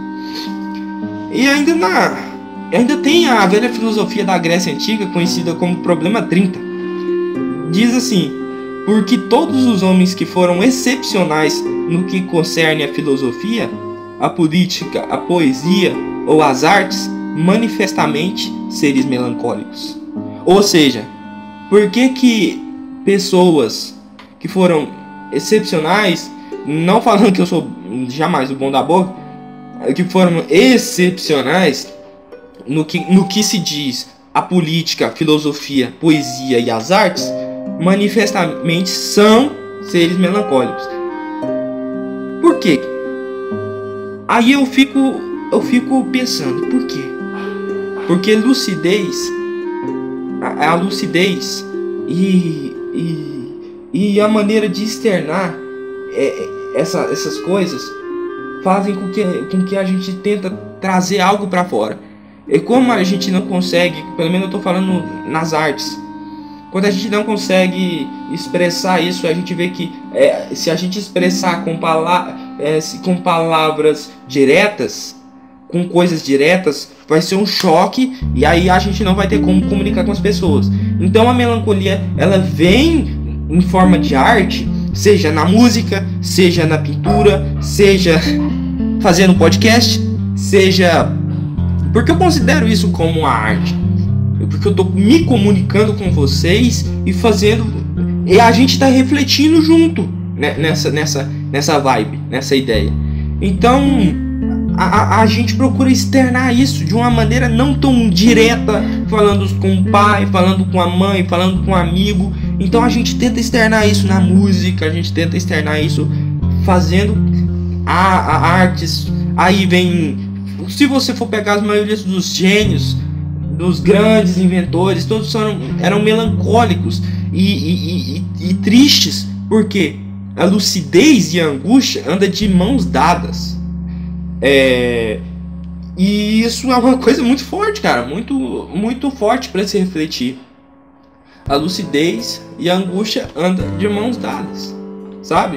E ainda na, ainda tem a velha filosofia da Grécia Antiga, conhecida como problema trinta. Diz assim: porque todos os homens que foram excepcionais no que concerne a filosofia, a política, a poesia ou as artes, manifestamente seres melancólicos. Ou seja, por que que pessoas que foram excepcionais, não falando que eu sou jamais o bom da boca, que foram excepcionais no que, no que se diz a política, a filosofia, poesia e as artes, manifestamente são seres melancólicos. Por quê? Aí eu fico, eu fico pensando, por quê? Porque lucidez, a, a lucidez e, e, e a maneira de externar é, essa, essas coisas fazem com que, com que a gente tenta trazer algo para fora. E como a gente não consegue, pelo menos eu estou falando nas artes, quando a gente não consegue expressar isso, a gente vê que é, se a gente expressar com, pala é, com palavras diretas, com coisas diretas, vai ser um choque e aí a gente não vai ter como comunicar com as pessoas. Então a melancolia, ela vem em forma de arte, seja na música, seja na pintura, seja fazendo podcast, seja... Porque eu considero isso como uma arte. Porque eu estou me comunicando com vocês e fazendo... E a gente está refletindo junto, né, nessa, nessa, nessa vibe, nessa ideia. Então, a, a, a gente procura externar isso de uma maneira não tão direta, falando com o pai, falando com a mãe, falando com um amigo. Então a gente tenta externar isso na música, a gente tenta externar isso fazendo a, a artes. Aí vem... Se você for pegar as maiorias dos gênios, dos grandes inventores, todos foram, eram melancólicos e, e, e, e tristes, porque a lucidez e a angústia andam de mãos dadas. É, e isso é uma coisa muito forte, cara, muito, muito forte para se refletir. A lucidez e a angústia andam de mãos dadas, sabe?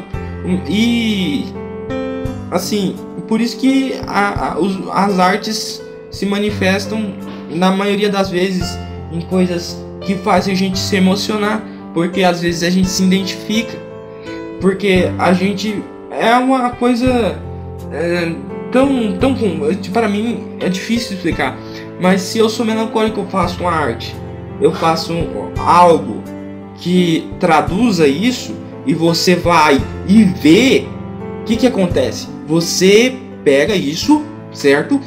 E assim, por isso que a, a, os, as artes se manifestam na maioria das vezes em coisas que fazem a gente se emocionar, porque às vezes a gente se identifica, porque a gente é uma coisa é, tão, tão para mim é difícil explicar, mas se eu sou melancólico, eu faço uma arte, eu faço algo que traduza isso, e você vai e vê, o que que acontece? Você pega isso, certo?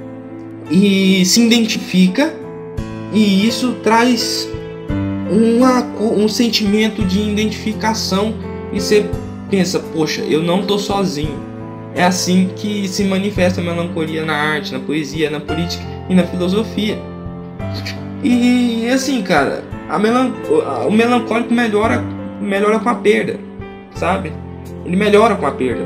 E se identifica, e isso traz uma, um sentimento de identificação, e você pensa, poxa, eu não tô sozinho. É assim que se manifesta a melancolia na arte, na poesia, na política e na filosofia. E assim, cara, a melan o melancólico melhora, melhora com a perda, sabe? Ele melhora com a perda.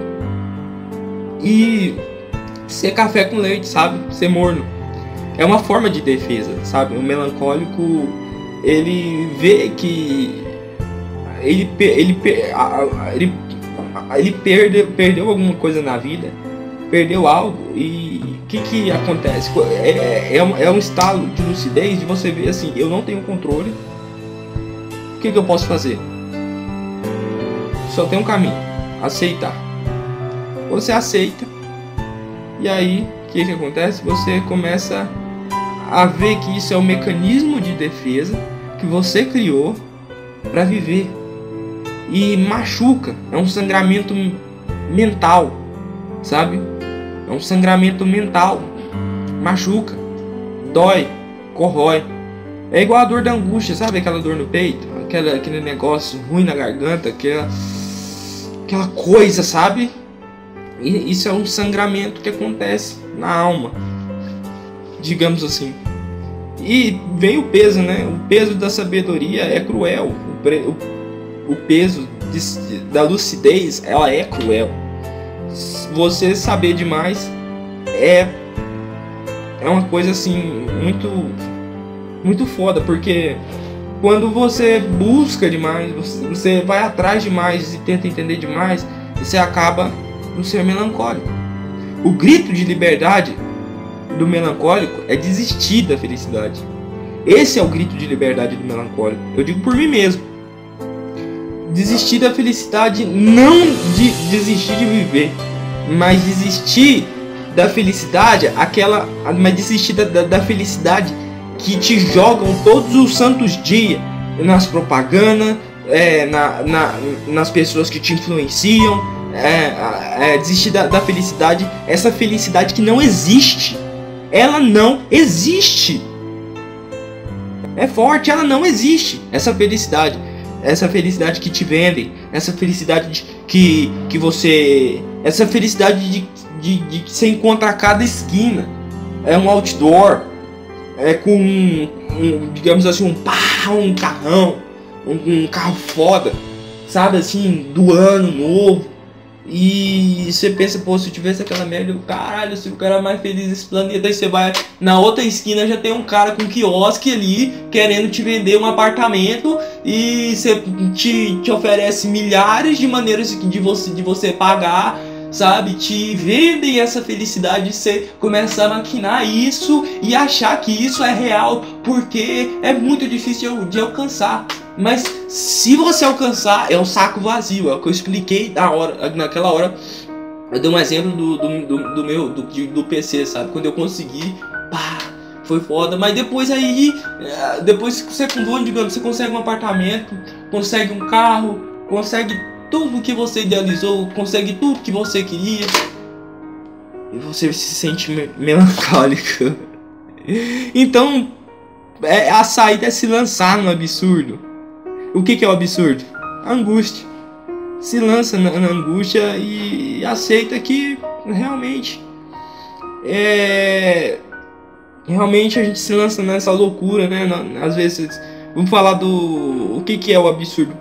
E ser café com leite, sabe? Ser morno. É uma forma de defesa, sabe? O melancólico, ele vê que ele, ele, ele, ele perde, perdeu alguma coisa na vida, perdeu algo, e o que que acontece? É, é, um, é um estado de lucidez de você ver assim, eu não tenho controle, o que que eu posso fazer? Só tem um caminho, aceitar. Você aceita, e aí o que que acontece? Você começa a ver que isso é um mecanismo de defesa que você criou para viver, e machuca, é um sangramento mental, sabe? É um sangramento mental, machuca, dói, corrói. É igual a dor da angústia, sabe? Aquela dor no peito, aquela, aquele negócio ruim na garganta, aquela, aquela coisa, sabe? E isso é um sangramento que acontece na alma, digamos assim. E vem o peso, né? O peso da sabedoria é cruel. O, pre, o o peso de, da lucidez, ela é cruel. Você saber demais é é uma coisa assim muito muito foda, porque quando você busca demais, você, você vai atrás demais e tenta entender demais, você acaba no ser melancólico. O grito de liberdade do melancólico é desistir da felicidade. Esse é o grito de liberdade do melancólico. Eu digo por mim mesmo. Desistir da felicidade, não de desistir de viver, mas desistir da felicidade, aquela, mas desistir da, da, da felicidade que te jogam todos os santos dias nas propagandas, é, na, na, nas pessoas que te influenciam, é, é, desistir da, da felicidade, essa felicidade que não existe, ela não existe, é forte, ela não existe, essa felicidade, essa felicidade que te vendem, essa felicidade de, que, que você, essa felicidade de, de, de que você encontra a cada esquina, é um outdoor, é com um, um, digamos assim, um pá, um carrão, um, um carro foda, sabe, assim, do ano novo. E você pensa, pô, se eu tivesse aquela merda, caralho, se o cara mais feliz desse planeta. Aí você vai na outra esquina, já tem um cara com um quiosque ali querendo te vender um apartamento, e você te, te oferece milhares de maneiras de você, de você pagar, sabe? Te vendem essa felicidade, você começa a maquinar isso e achar que isso é real, porque é muito difícil de alcançar. Mas se você alcançar, é um saco vazio. É o que eu expliquei na hora, naquela hora. Eu dei um exemplo do, do, do, do meu do, do P C, sabe? Quando eu consegui, pá, foi foda. Mas depois aí, depois que você, digamos, você consegue um apartamento, consegue um carro, consegue tudo que você idealizou, consegue tudo que você queria, e você se sente me- melancólico. Então, é, a saída é se lançar no absurdo. O que, que é o absurdo? A angústia. Se lança na, na angústia e aceita que realmente é, realmente a gente se lança nessa loucura, né? Às vezes, vamos falar do o que, que é o absurdo.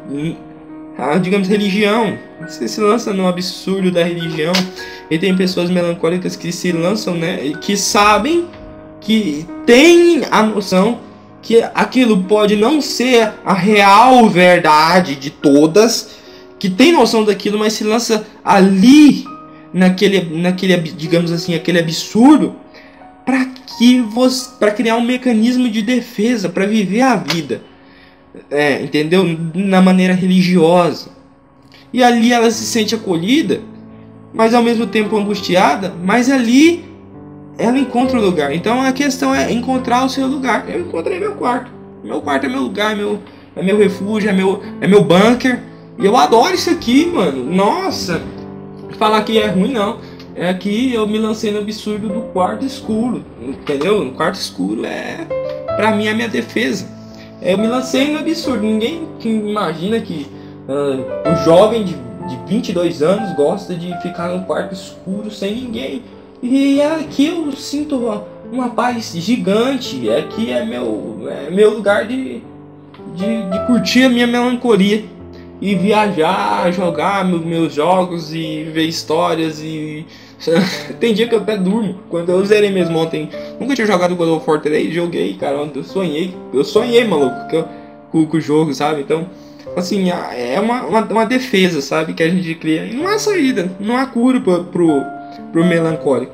A, digamos, religião. Você se lança no absurdo da religião. E tem pessoas melancólicas que se lançam, né? Que sabem, que têm a noção que aquilo pode não ser a real verdade de todas, que tem noção daquilo, mas se lança ali naquele, naquele, digamos assim, aquele absurdo, para que você, para criar um mecanismo de defesa, para viver a vida, é, entendeu? Na maneira religiosa. E ali ela se sente acolhida, mas ao mesmo tempo angustiada, mas ali ela encontra o lugar. Então a questão é encontrar o seu lugar. Eu encontrei meu quarto. Meu quarto é meu lugar, é meu, é meu refúgio, é meu, é meu bunker. E eu adoro isso aqui, mano. Nossa, falar que é ruim não. É aqui eu me lancei no absurdo do quarto escuro, entendeu? No quarto escuro é, pra mim, é a minha defesa. Eu me lancei no absurdo. Ninguém imagina que uh, o jovem de, de vinte e dois anos gosta de ficar no quarto escuro sem ninguém. E aqui eu sinto uma, uma paz gigante. Aqui é meu, é meu lugar de, de, de curtir a minha melancolia. E viajar, jogar meus jogos e ver histórias. E tem dia que eu até durmo. Quando eu zerei mesmo ontem, nunca tinha jogado God of War três, joguei, cara. Eu sonhei, eu sonhei, maluco, com, com o jogo, sabe? Então, assim, é uma, uma, uma defesa, sabe? Que a gente cria. E não há saída, não há cura pro... pro pro melancólico.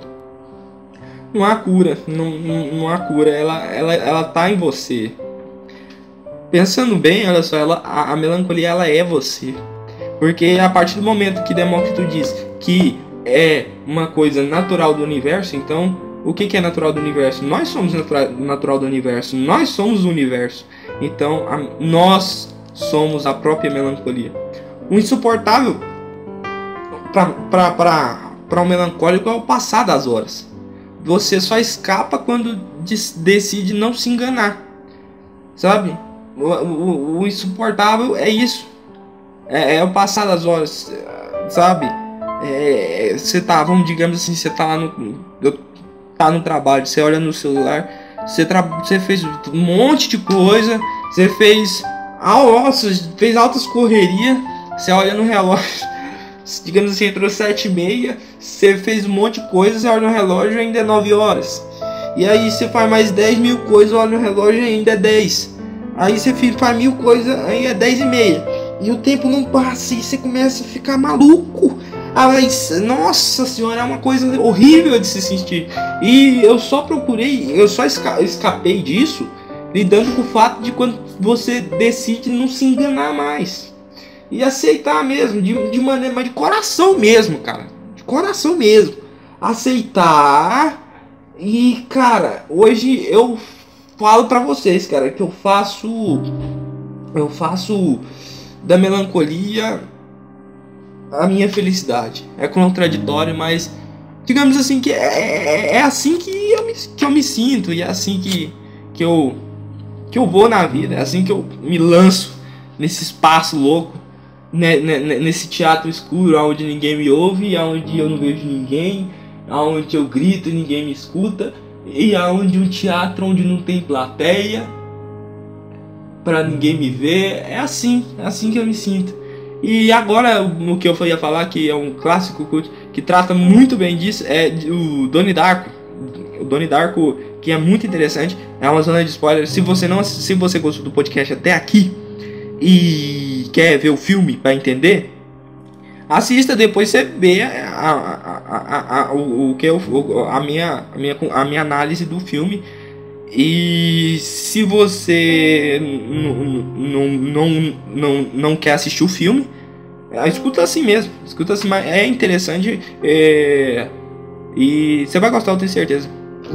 Não há cura, não, não, não há cura, ela, ela, ela tá em você. Pensando bem, olha só, ela, a, a melancolia, ela é você. Porque a partir do momento que Demócrito diz que é uma coisa natural do universo, então o que, que é natural do universo? Nós somos natura, natural do universo, nós somos o universo. Então a, nós somos a própria melancolia. O insuportável para para para um melancólico é o passar das horas. Você só escapa quando decide não se enganar, sabe? O, o, o insuportável é isso. É, é o passar das horas, sabe? É, você tá, vamos digamos assim, você tá lá no, tá no trabalho, você olha no celular, você, tra, você fez um monte de coisa, você fez Ah, nossa, fez altas correrias, você olha no relógio, digamos assim, entrou sete e meia, você fez um monte de coisa, você olha no relógio e ainda é nove horas. E aí você faz mais dez mil coisas, olha no relógio e ainda é dez. Aí você faz mil coisas, aí é dez e meia. E o tempo não passa e você começa a ficar maluco. Ah, mas, nossa senhora, é uma coisa horrível de se sentir. E eu só procurei, eu só esca- escapei disso lidando com o fato de quando você decide não se enganar mais. E aceitar mesmo, de, de maneira, mas de coração mesmo, cara. De coração mesmo. Aceitar. E, cara, hoje eu falo pra vocês, cara, que eu faço... Eu faço da melancolia a minha felicidade. É contraditório, mas digamos assim que é, é, é assim que eu, me, que eu me sinto. E é assim que, que, eu, que eu vou na vida. É assim que eu me lanço nesse espaço louco, né, né, nesse teatro escuro onde ninguém me ouve, onde eu não vejo ninguém, onde eu grito e ninguém me escuta, e aonde um teatro onde não tem plateia pra ninguém me ver. É assim, é assim que eu me sinto. E agora o que eu ia falar, que é um clássico cult, que trata muito bem disso, é o Donnie Darko. O Donnie Darko, que é muito interessante, é uma zona de spoiler. Se você não, se você gostou do podcast até aqui e quer ver o filme para entender, assista, depois você vê a, a, a, a, o, o que eu, a, minha, a, minha, a minha análise do filme. E se você não, não, não, não quer assistir o filme, escuta assim mesmo, escuta assim, é interessante, é, e você vai gostar, eu tenho certeza.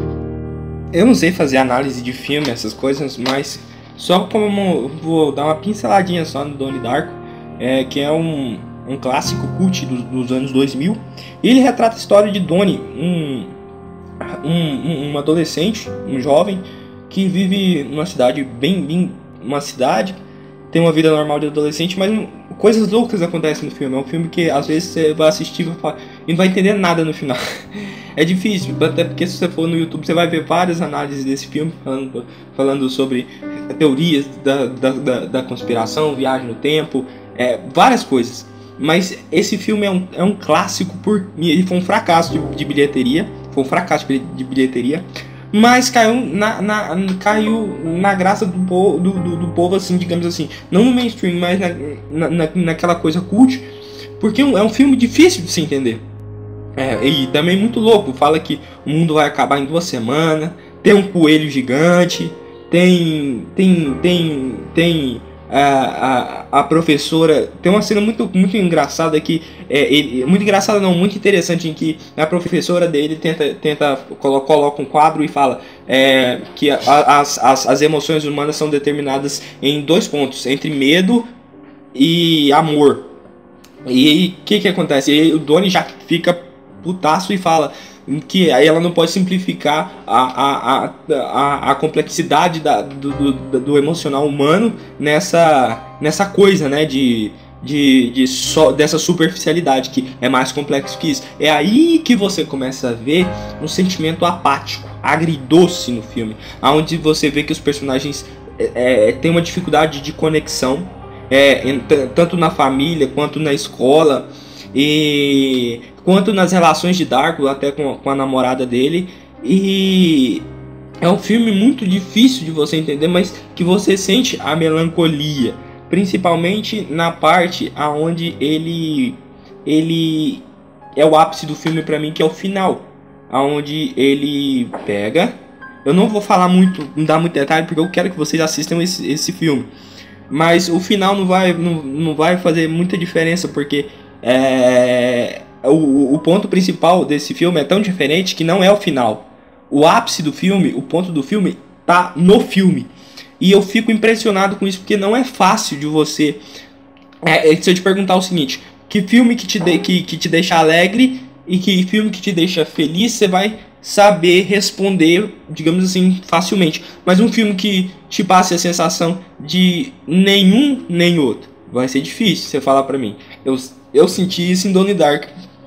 Eu não sei fazer análise de filme, essas coisas, mas só como vou dar uma pinceladinha só no Donnie Darko, é, que é um, um clássico cult dos, dos anos dois mil. E ele retrata a história de Donnie, um Um, um, um adolescente, um jovem que vive numa cidade bem, bem, uma cidade, tem uma vida normal de adolescente, mas coisas loucas acontecem no filme. É um filme que às vezes você vai assistir e não vai entender nada no final. É difícil, até porque se você for no YouTube você vai ver várias análises desse filme falando, falando sobre teorias da, da, da, da conspiração, viagem no tempo, é, várias coisas. Mas esse filme é um, é um clássico, por ele foi um fracasso de, de bilheteria. Foi um fracasso de bilheteria, mas caiu na, na, caiu na graça do povo, do, do, do povo, assim, digamos assim, não no mainstream, mas na, na, naquela coisa cult, porque é um filme difícil de se entender. É, e também muito louco. Fala que o mundo vai acabar em duas semanas, tem um coelho gigante, tem tem tem tem a, a, a professora, tem uma cena muito, muito engraçada que é, ele, muito engraçada não, muito interessante, em que a professora dele tenta, tenta coloca, coloca um quadro e fala é, que a, as, as, as emoções humanas são determinadas em dois pontos, entre medo e amor. E o que que acontece? E o Donnie já fica putaço e fala que aí ela não pode simplificar a, a, a, a, a complexidade da, do, do, do emocional humano nessa, nessa coisa, né, de, de, de so, dessa superficialidade, que é mais complexo que isso. É aí que você começa a ver um sentimento apático, agridoce no filme, onde você vê que os personagens é, é, têm uma dificuldade de conexão, é, em, tanto na família quanto na escola, e quanto nas relações de Darko, até com, com a namorada dele. E é um filme muito difícil de você entender, mas que você sente a melancolia, principalmente na parte aonde ele ele é o ápice do filme pra mim, que é o final, aonde ele pega, eu não vou falar muito, não dar muito detalhe, porque eu quero que vocês assistam esse, esse filme, mas o final não vai, não, não vai fazer muita diferença, porque é, o, o ponto principal desse filme é tão diferente que não é o final. O ápice do filme, o ponto do filme, tá no filme. E eu fico impressionado com isso, porque não é fácil de você... É, se eu te perguntar o seguinte, que filme que te, de, que, que te deixa alegre e que filme que te deixa feliz, você vai saber responder, digamos assim, facilmente. Mas um filme que te passe a sensação de nenhum nem outro, vai ser difícil você falar pra mim. Eu... Eu senti isso em Donnie Darko,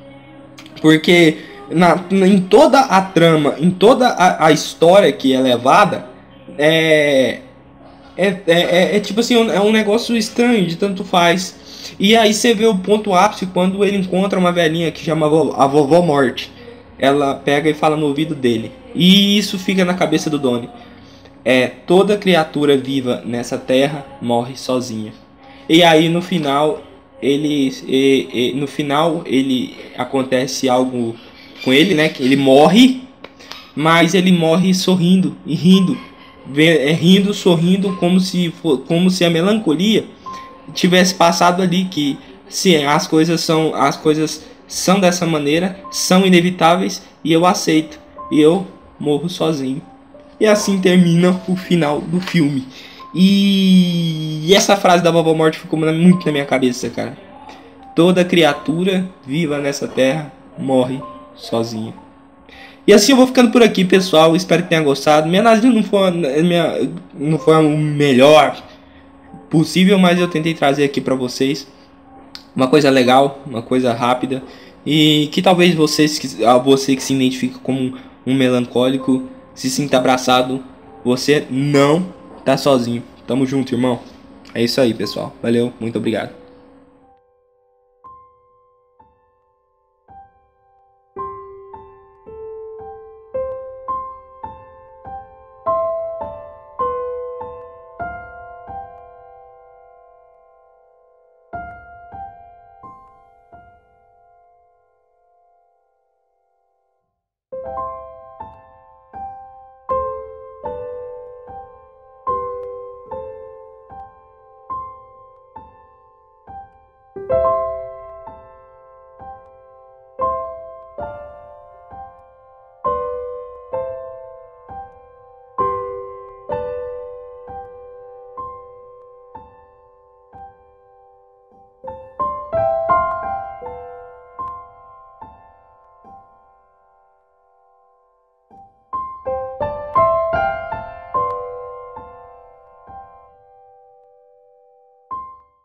porque na, em toda a trama, em toda a, a história que é levada, é, É, é, é, é tipo assim, é um negócio estranho de tanto faz. E aí você vê o ponto ápice quando ele encontra uma velhinha que chama a Vovó Morte. Ela pega e fala no ouvido dele. E isso fica na cabeça do Donnie. É, toda criatura viva nessa terra morre sozinha. E aí no final ele e, e, no final ele acontece algo com ele, né? Que ele morre, mas ele morre sorrindo e rindo, é, rindo, sorrindo, como se for, como se a melancolia tivesse passado ali, que se as coisas são as coisas são dessa maneira, são inevitáveis e eu aceito e eu morro sozinho. E assim termina o final do filme. E essa frase da Vovó Morte ficou muito na minha cabeça, cara. Toda criatura viva nessa terra morre sozinha. E assim eu vou ficando por aqui, pessoal. Espero que tenha gostado. Minha análise não foi, minha, não foi o melhor possível, mas eu tentei trazer aqui pra vocês uma coisa legal, uma coisa rápida. E que talvez vocês, você que se identifica como um melancólico, se sinta abraçado. Você não tá sozinho. Tamo junto, irmão. É isso aí, pessoal. Valeu, muito obrigado.